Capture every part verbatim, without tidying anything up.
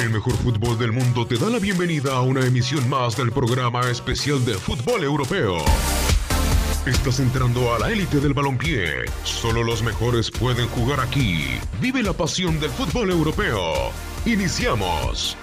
El mejor fútbol del mundo te da la bienvenida a una emisión más del programa especial de fútbol europeo. Estás entrando a la élite del balompié. Solo los mejores pueden jugar aquí. Vive la pasión del fútbol europeo. Iniciamos.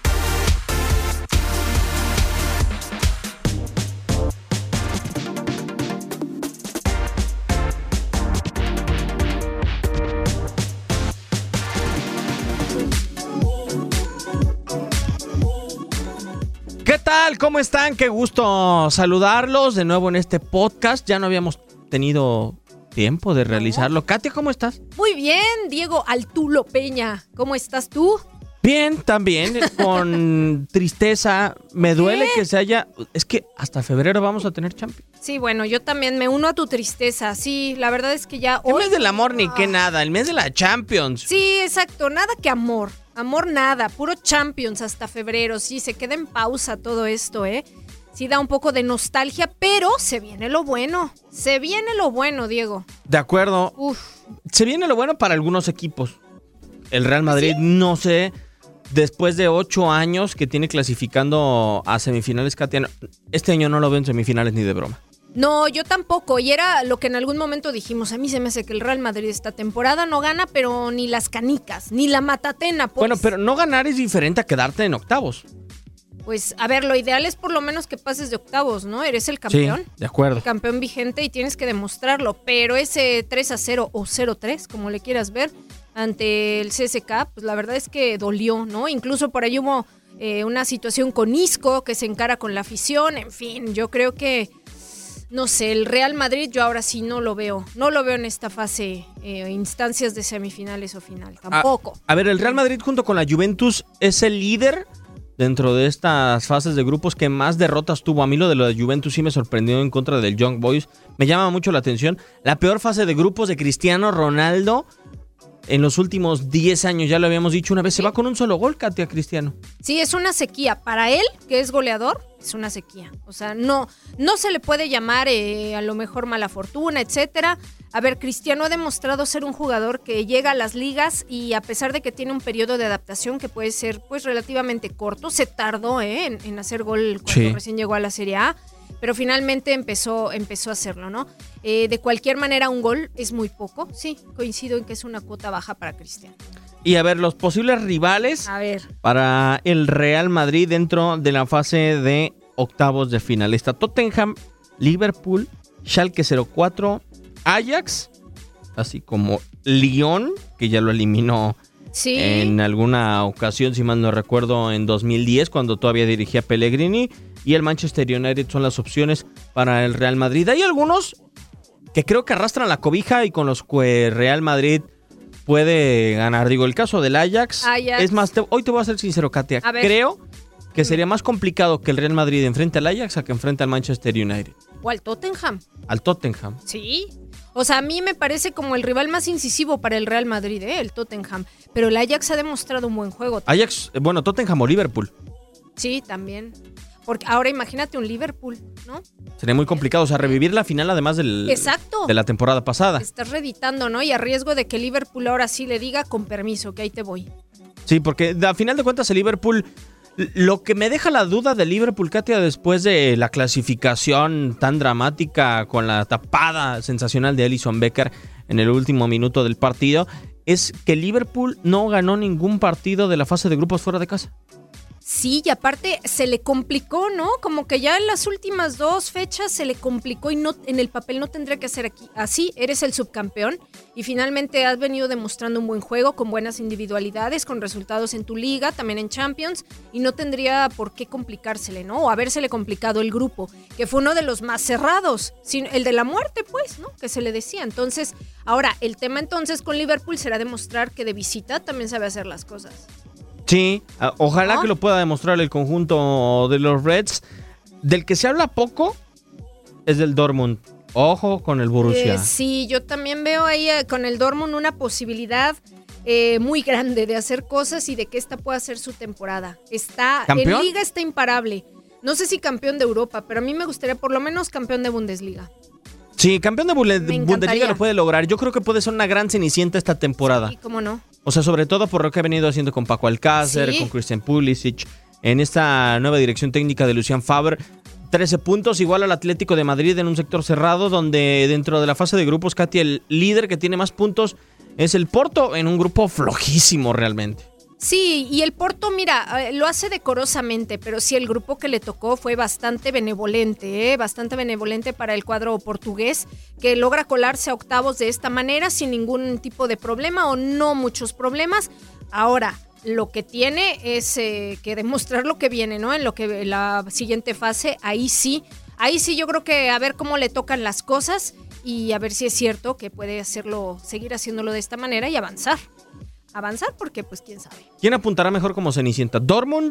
¿Qué tal? ¿Cómo están? Qué gusto saludarlos de nuevo en este podcast. Ya no habíamos tenido tiempo de realizarlo. Katia, ¿cómo estás? Muy bien, Diego Altulo Peña. ¿Cómo estás tú? Bien, también, con tristeza. Me duele ¿Qué? que se haya... Es que hasta febrero vamos a tener Champions. Sí, bueno, yo también me uno a tu tristeza. Sí, la verdad es que ya El hoy... mes del amor ni Ah. qué nada, el mes de la Champions. Sí, exacto, nada que amor. Amor nada, puro Champions hasta febrero. Sí, se queda en pausa todo esto, ¿eh? Sí da un poco de nostalgia, pero se viene lo bueno. Se viene lo bueno, Diego. De acuerdo. Uf. Se viene lo bueno para algunos equipos. El Real Madrid, ¿sí? No sé, después de ocho años que tiene clasificando a semifinales, Katia, este año no lo veo en semifinales ni de broma. No, yo tampoco, y era lo que en algún momento dijimos, a mí se me hace que el Real Madrid esta temporada no gana, pero ni las canicas, ni la matatena, pues. Bueno, pero no ganar es diferente a quedarte en octavos. Pues, a ver, lo ideal es por lo menos que pases de octavos, ¿no? Eres el campeón. Sí, de acuerdo. El campeón vigente y tienes que demostrarlo, pero ese tres a cero o cero tres, como le quieras ver, ante el C S K, pues la verdad es que dolió, ¿no? Incluso por ahí hubo eh, una situación con Isco que se encara con la afición, en fin, yo creo que... No sé, el Real Madrid yo ahora sí no lo veo. No lo veo en esta fase, eh, instancias de semifinales o final. Tampoco. A, a ver, el Real Madrid junto con la Juventus es el líder dentro de estas fases de grupos que más derrotas tuvo. A mí lo de la Juventus sí me sorprendió en contra del Young Boys. Me llama mucho la atención. La peor fase de grupos de Cristiano Ronaldo en los últimos diez años. Ya lo habíamos dicho una vez. Se va con un solo gol, Katia, Cristiano. Sí, es una sequía. Para él, que es goleador, es una sequía. O sea, no, no se le puede llamar eh, a lo mejor mala fortuna, etcétera. A ver, Cristiano ha demostrado ser un jugador que llega a las ligas y a pesar de que tiene un periodo de adaptación que puede ser pues relativamente corto, se tardó eh, en, en hacer gol cuando Sí. recién llegó a la Serie A, pero finalmente empezó, empezó a hacerlo, ¿no? Eh, de cualquier manera, un gol es muy poco. Sí, coincido en que es una cuota baja para Cristiano. Y a ver, los posibles rivales A ver. para el Real Madrid dentro de la fase de octavos de final. Está Tottenham, Liverpool, Schalke cero cuatro, Ajax, así como Lyon, que ya lo eliminó Sí. en alguna ocasión, si mal no recuerdo, en dos mil diez, cuando todavía dirigía Pellegrini, y el Manchester United son las opciones para el Real Madrid. Hay algunos que creo que arrastran la cobija y con los que Real Madrid puede ganar. Digo, el caso del Ajax, Ajax. es más, te- hoy te voy a ser sincero, Katia, A ver. creo que sería más complicado que el Real Madrid enfrente al Ajax a que enfrente al Manchester United, O al Tottenham. al Tottenham. Sí. O sea, a mí me parece como el rival más incisivo para el Real Madrid, ¿eh? El Tottenham. Pero el Ajax ha demostrado un buen juego. Ajax, eh, bueno, Tottenham o Liverpool. Sí, también. Porque ahora imagínate un Liverpool, ¿no? Sería muy complicado, o sea, revivir la final además del, Exacto. de la temporada pasada. Estás reeditando, ¿no? Y a riesgo de que Liverpool ahora sí le diga con permiso, que ahí te voy. Sí, porque a final de cuentas el Liverpool, lo que me deja la duda del Liverpool, Katia, después de la clasificación tan dramática con la tapada sensacional de Alisson Becker en el último minuto del partido, es que Liverpool no ganó ningún partido de la fase de grupos fuera de casa. Sí, y aparte se le complicó, ¿no? Como que ya en las últimas dos fechas se le complicó y no en el papel no tendría que ser aquí. Así, eres el subcampeón y finalmente has venido demostrando un buen juego con buenas individualidades, con resultados en tu liga, también en Champions, y no tendría por qué complicársele, ¿no? O habérsele complicado el grupo, que fue uno de los más cerrados, sin, el de la muerte, pues, ¿no? Que se le decía. Entonces, ahora, el tema entonces con Liverpool será demostrar que de visita también sabe hacer las cosas. Sí, a- ojalá ¿No? que lo pueda demostrar el conjunto de los Reds. Del que se habla poco es del Dortmund. Ojo con el Borussia. Eh, sí, yo también veo ahí eh, con el Dortmund una posibilidad eh, muy grande de hacer cosas y de que esta pueda ser su temporada. Está ¿Campeón? en Liga está imparable. No sé si campeón de Europa, pero a mí me gustaría por lo menos campeón de Bundesliga. Sí, campeón de Bule- Me Bundesliga encantaría. lo puede lograr. Yo creo que puede ser una gran cenicienta esta temporada. Sí, cómo no. O sea, sobre todo por lo que ha venido haciendo con Paco Alcácer, Sí. con Christian Pulisic, en esta nueva dirección técnica de Lucien Favre. trece puntos, igual al Atlético de Madrid en un sector cerrado, donde dentro de la fase de grupos, Katy, el líder que tiene más puntos es el Porto, en un grupo flojísimo realmente. Sí, y el Porto, mira, eh, lo hace decorosamente, pero sí, el grupo que le tocó fue bastante benevolente, ¿eh? bastante benevolente para el cuadro portugués, que logra colarse a octavos de esta manera sin ningún tipo de problema o no muchos problemas. Ahora, lo que tiene es eh, que demostrar lo que viene, ¿no? En lo que la siguiente fase, ahí sí, ahí sí yo creo que a ver cómo le tocan las cosas y a ver si es cierto que puede hacerlo, seguir haciéndolo de esta manera y avanzar. Avanzar porque pues quién sabe. ¿Quién apuntará mejor como Cenicienta? ¿Dortmund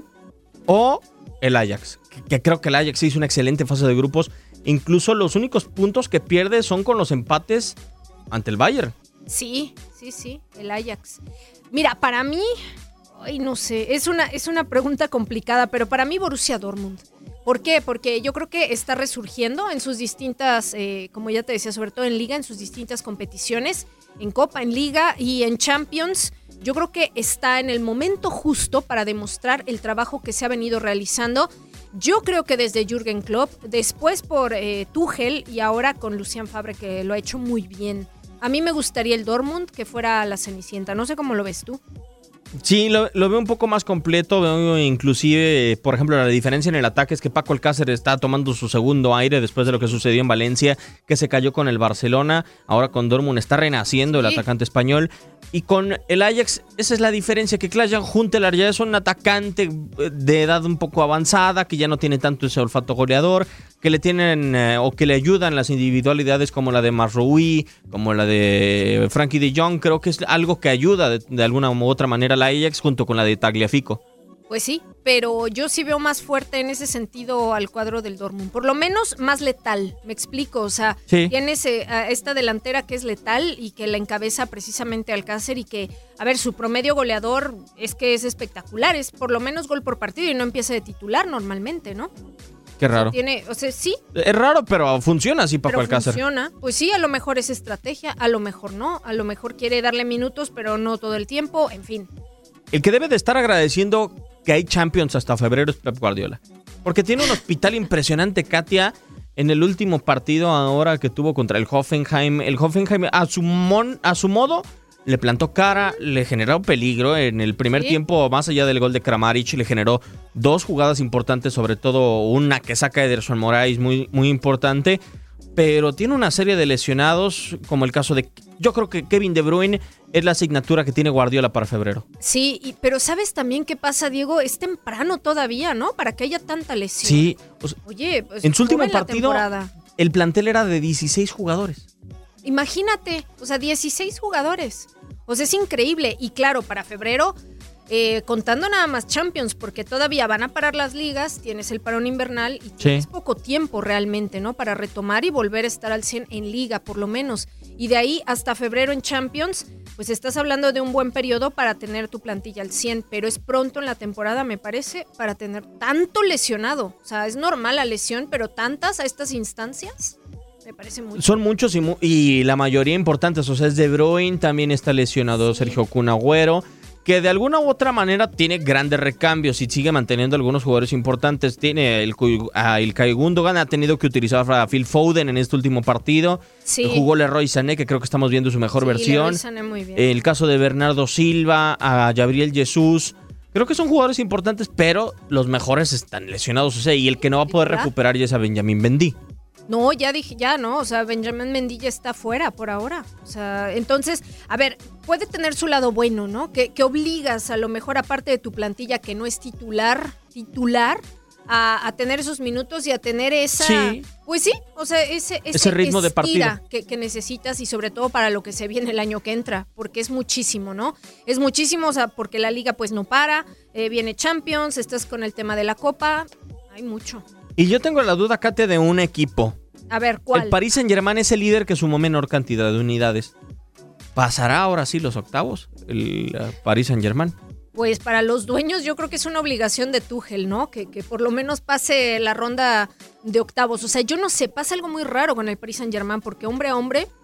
o el Ajax? Que, que creo que el Ajax hizo una excelente fase de grupos. Incluso los únicos puntos que pierde son con los empates ante el Bayern. Sí, sí, sí, el Ajax. Mira, para mí, ay, no sé, es una, es una pregunta complicada, pero para mí Borussia Dortmund. ¿Por qué? Porque yo creo que está resurgiendo en sus distintas, eh, como ya te decía, sobre todo en Liga, en sus distintas competiciones, en Copa, en Liga y en Champions. Yo creo que está en el momento justo para demostrar el trabajo que se ha venido realizando. Yo creo que desde Jürgen Klopp, después por eh, Tuchel y ahora con Lucien Favre, que lo ha hecho muy bien. A mí me gustaría el Dortmund que fuera la Cenicienta. No sé cómo lo ves tú. Sí, lo, lo veo un poco más completo, veo inclusive, eh, por ejemplo, la diferencia en el ataque es que Paco Alcácer está tomando su segundo aire después de lo que sucedió en Valencia, que se cayó con el Barcelona, ahora con Dortmund está renaciendo el Sí. atacante español, y con el Ajax, esa es la diferencia, que Klaas-Jan Huntelaar ya es un atacante de edad un poco avanzada, que ya no tiene tanto ese olfato goleador, que le tienen eh, o que le ayudan las individualidades como la de Mazraoui, como la de Frankie de Jong. Creo que es algo que ayuda de, de alguna u otra manera a la Ajax junto con la de Tagliafico. Pues sí, pero yo sí veo más fuerte en ese sentido al cuadro del Dortmund. Por lo menos más letal, me explico. O sea, Sí. tienes eh, a esta delantera que es letal y que la encabeza precisamente Alcácer y que, a ver, su promedio goleador es que es espectacular. Es por lo menos gol por partido y no empieza de titular normalmente, ¿no? Qué raro. Tiene, o sea, sí, Es raro, pero funciona así Paco pero Alcácer. funciona. Pues sí, a lo mejor es estrategia, a lo mejor no. A lo mejor quiere darle minutos, pero no todo el tiempo, en fin. El que debe de estar agradeciendo que hay Champions hasta febrero es Pep Guardiola. Porque tiene un hospital impresionante, Katia. En el último partido ahora que tuvo contra el Hoffenheim, el Hoffenheim a su, mon, a su modo le plantó cara, le generó peligro. En el primer Sí. tiempo, más allá del gol de Kramaric, le generó dos jugadas importantes, sobre todo una que saca Ederson Moraes muy, muy importante. Pero tiene una serie de lesionados, como el caso de... Yo creo que Kevin De Bruyne es la asignatura que tiene Guardiola para febrero. Sí, y, pero ¿sabes también qué pasa, Diego? Es temprano todavía, ¿no? Para que haya tanta lesión. Sí, o sea, Oye, pues en su último joven la partido, temporada. el plantel era de dieciséis jugadores. Imagínate, o sea, dieciséis jugadores. O sea, es increíble. Y claro, para febrero, eh, contando nada más Champions, porque todavía van a parar las ligas, tienes el parón invernal y tienes poco tiempo realmente, ¿no? Para retomar y volver a estar al cien en liga, por lo menos. Y de ahí hasta febrero en Champions, pues estás hablando de un buen periodo para tener tu plantilla al cien, pero es pronto en la temporada, me parece, para tener tanto lesionado. O sea, es normal la lesión, pero tantas a estas instancias, me parece mucho. Son muchos y, mu- y la mayoría importantes. O sea, es De Bruyne, también está lesionado Sergio Kun Agüero, que de alguna u otra manera tiene grandes recambios y sigue manteniendo algunos jugadores importantes. Tiene el, Cu- a Ilkay Gundogan, ha tenido que utilizar a Phil Foden en este último partido. Sí. Jugó Leroy Sané, que creo que estamos viendo su mejor Sí, versión. Leroy Sané muy bien. El caso de Bernardo Silva, a Gabriel Jesús. Creo que son jugadores importantes, pero los mejores están lesionados. O sea, y el que no va a poder ¿Verdad? recuperar ya es a Benjamín Mendy. No, ya dije, ya no, o sea, Benjamín Mendy ya está fuera por ahora. O sea, entonces, a ver, puede tener su lado bueno, ¿no? Que, que obligas a lo mejor aparte de tu plantilla que no es titular, titular, a, a tener esos minutos y a tener esa... Sí. Pues sí, o sea, ese, ese, Ese ritmo de estira partido. Que, que necesitas y sobre todo para lo que se viene el año que entra, porque es muchísimo, ¿no? Es muchísimo, o sea, porque la liga pues no para, eh, viene Champions, estás con el tema de la Copa, hay mucho. Y yo tengo la duda, Kate, de un equipo. A ver, ¿cuál? El Paris Saint-Germain es el líder que sumó menor cantidad de unidades. ¿Pasará ahora sí los octavos? El uh, Paris Saint-Germain. Pues para los dueños yo creo que es una obligación de Tuchel, ¿no? Que, que por lo menos pase la ronda de octavos. O sea, yo no sé, pasa algo muy raro con el Paris Saint-Germain porque hombre a hombre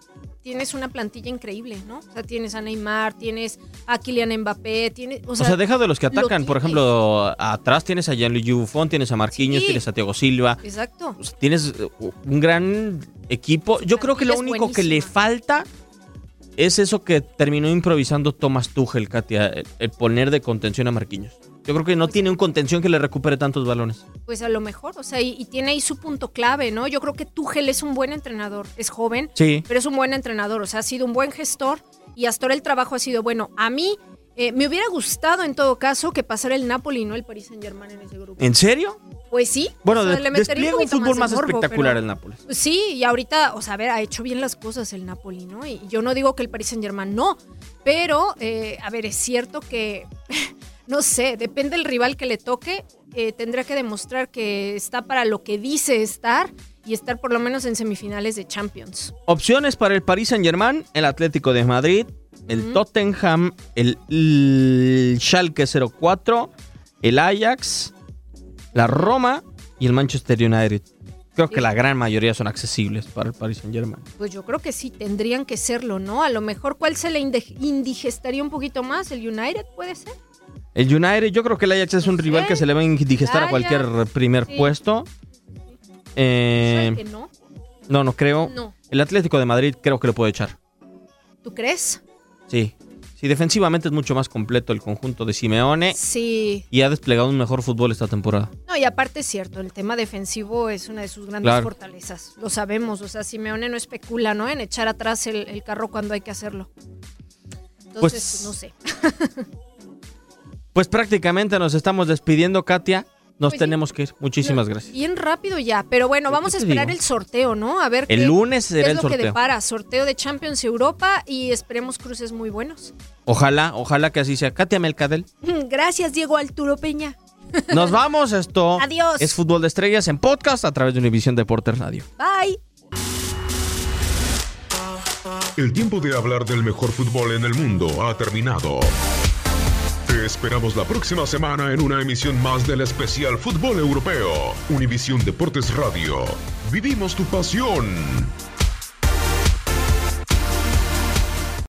tienes una plantilla increíble, ¿no? O sea, tienes a Neymar, tienes a Kylian Mbappé, tienes... O sea, o sea deja de los que atacan, por ejemplo, atrás tienes a Gianluigi Buffon, tienes a Marquinhos, sí. tienes a Thiago Silva. Exacto. O sea, tienes un gran equipo. Yo creo que lo único que le falta es eso que terminó improvisando Thomas Tuchel, Katia, el, el poner de contención a Marquinhos. Yo creo que no pues, tiene un contención que le recupere tantos balones. Pues a lo mejor, o sea, y, y tiene ahí su punto clave, ¿no? Yo creo que Tuchel es un buen entrenador, es joven, sí. pero es un buen entrenador, o sea, ha sido un buen gestor y hasta ahora el trabajo ha sido bueno. A mí eh, me hubiera gustado en todo caso que pasara el Napoli y no el Paris Saint-Germain en ese grupo. ¿En serio? Pues sí. Bueno, o sea, de, le despliega un, un fútbol más, más morbo, espectacular pero, el Napoli. Sí, y ahorita, o sea, a ver, ha hecho bien las cosas el Napoli, ¿no? Y yo no digo que el Paris Saint-Germain no, pero, eh, a ver, es cierto que... No sé, depende del rival que le toque, eh, tendrá que demostrar que está para lo que dice estar y estar por lo menos en semifinales de Champions. Opciones para el Paris Saint-Germain, el Atlético de Madrid, el uh-huh. Tottenham, el, el Schalke cero cuatro, el Ajax, la Roma y el Manchester United. Creo sí. que la gran mayoría son accesibles para el Paris Saint-Germain. Pues yo creo que sí, tendrían que serlo, ¿no? A lo mejor, ¿cuál se le indigestaría un poquito más? ¿El United puede ser? El United, yo creo que el Ajax es un rival ¿Sí? que se le va a indigestar a cualquier primer sí. puesto. Eh, que no? No, no creo. No. El Atlético de Madrid creo que lo puede echar. ¿Tú crees? Sí. Sí, defensivamente es mucho más completo el conjunto de Simeone. Sí. Y ha desplegado un mejor fútbol esta temporada. No, y aparte es cierto, el tema defensivo es una de sus grandes claro. fortalezas. Lo sabemos, o sea, Simeone no especula, ¿no? En echar atrás el, el carro cuando hay que hacerlo. Entonces, pues, no sé. Pues prácticamente nos estamos despidiendo, Katia. Nos pues tenemos sí. que ir. Muchísimas no, gracias. Bien rápido ya. Pero bueno, vamos a esperar digo? el sorteo, ¿no? A ver el qué, lunes será qué es el lo sorteo. que depara. Sorteo de Champions Europa y esperemos cruces muy buenos. Ojalá, ojalá que así sea. Katia Melcadel. Gracias, Diego Arturo Peña. Nos vamos. Esto Adiós. Es Fútbol de Estrellas en podcast a través de Univisión Deportes Radio. Bye. El tiempo de hablar del mejor fútbol en el mundo ha terminado. Te esperamos la próxima semana en una emisión más del especial Fútbol Europeo. Univisión Deportes Radio. Vivimos tu pasión.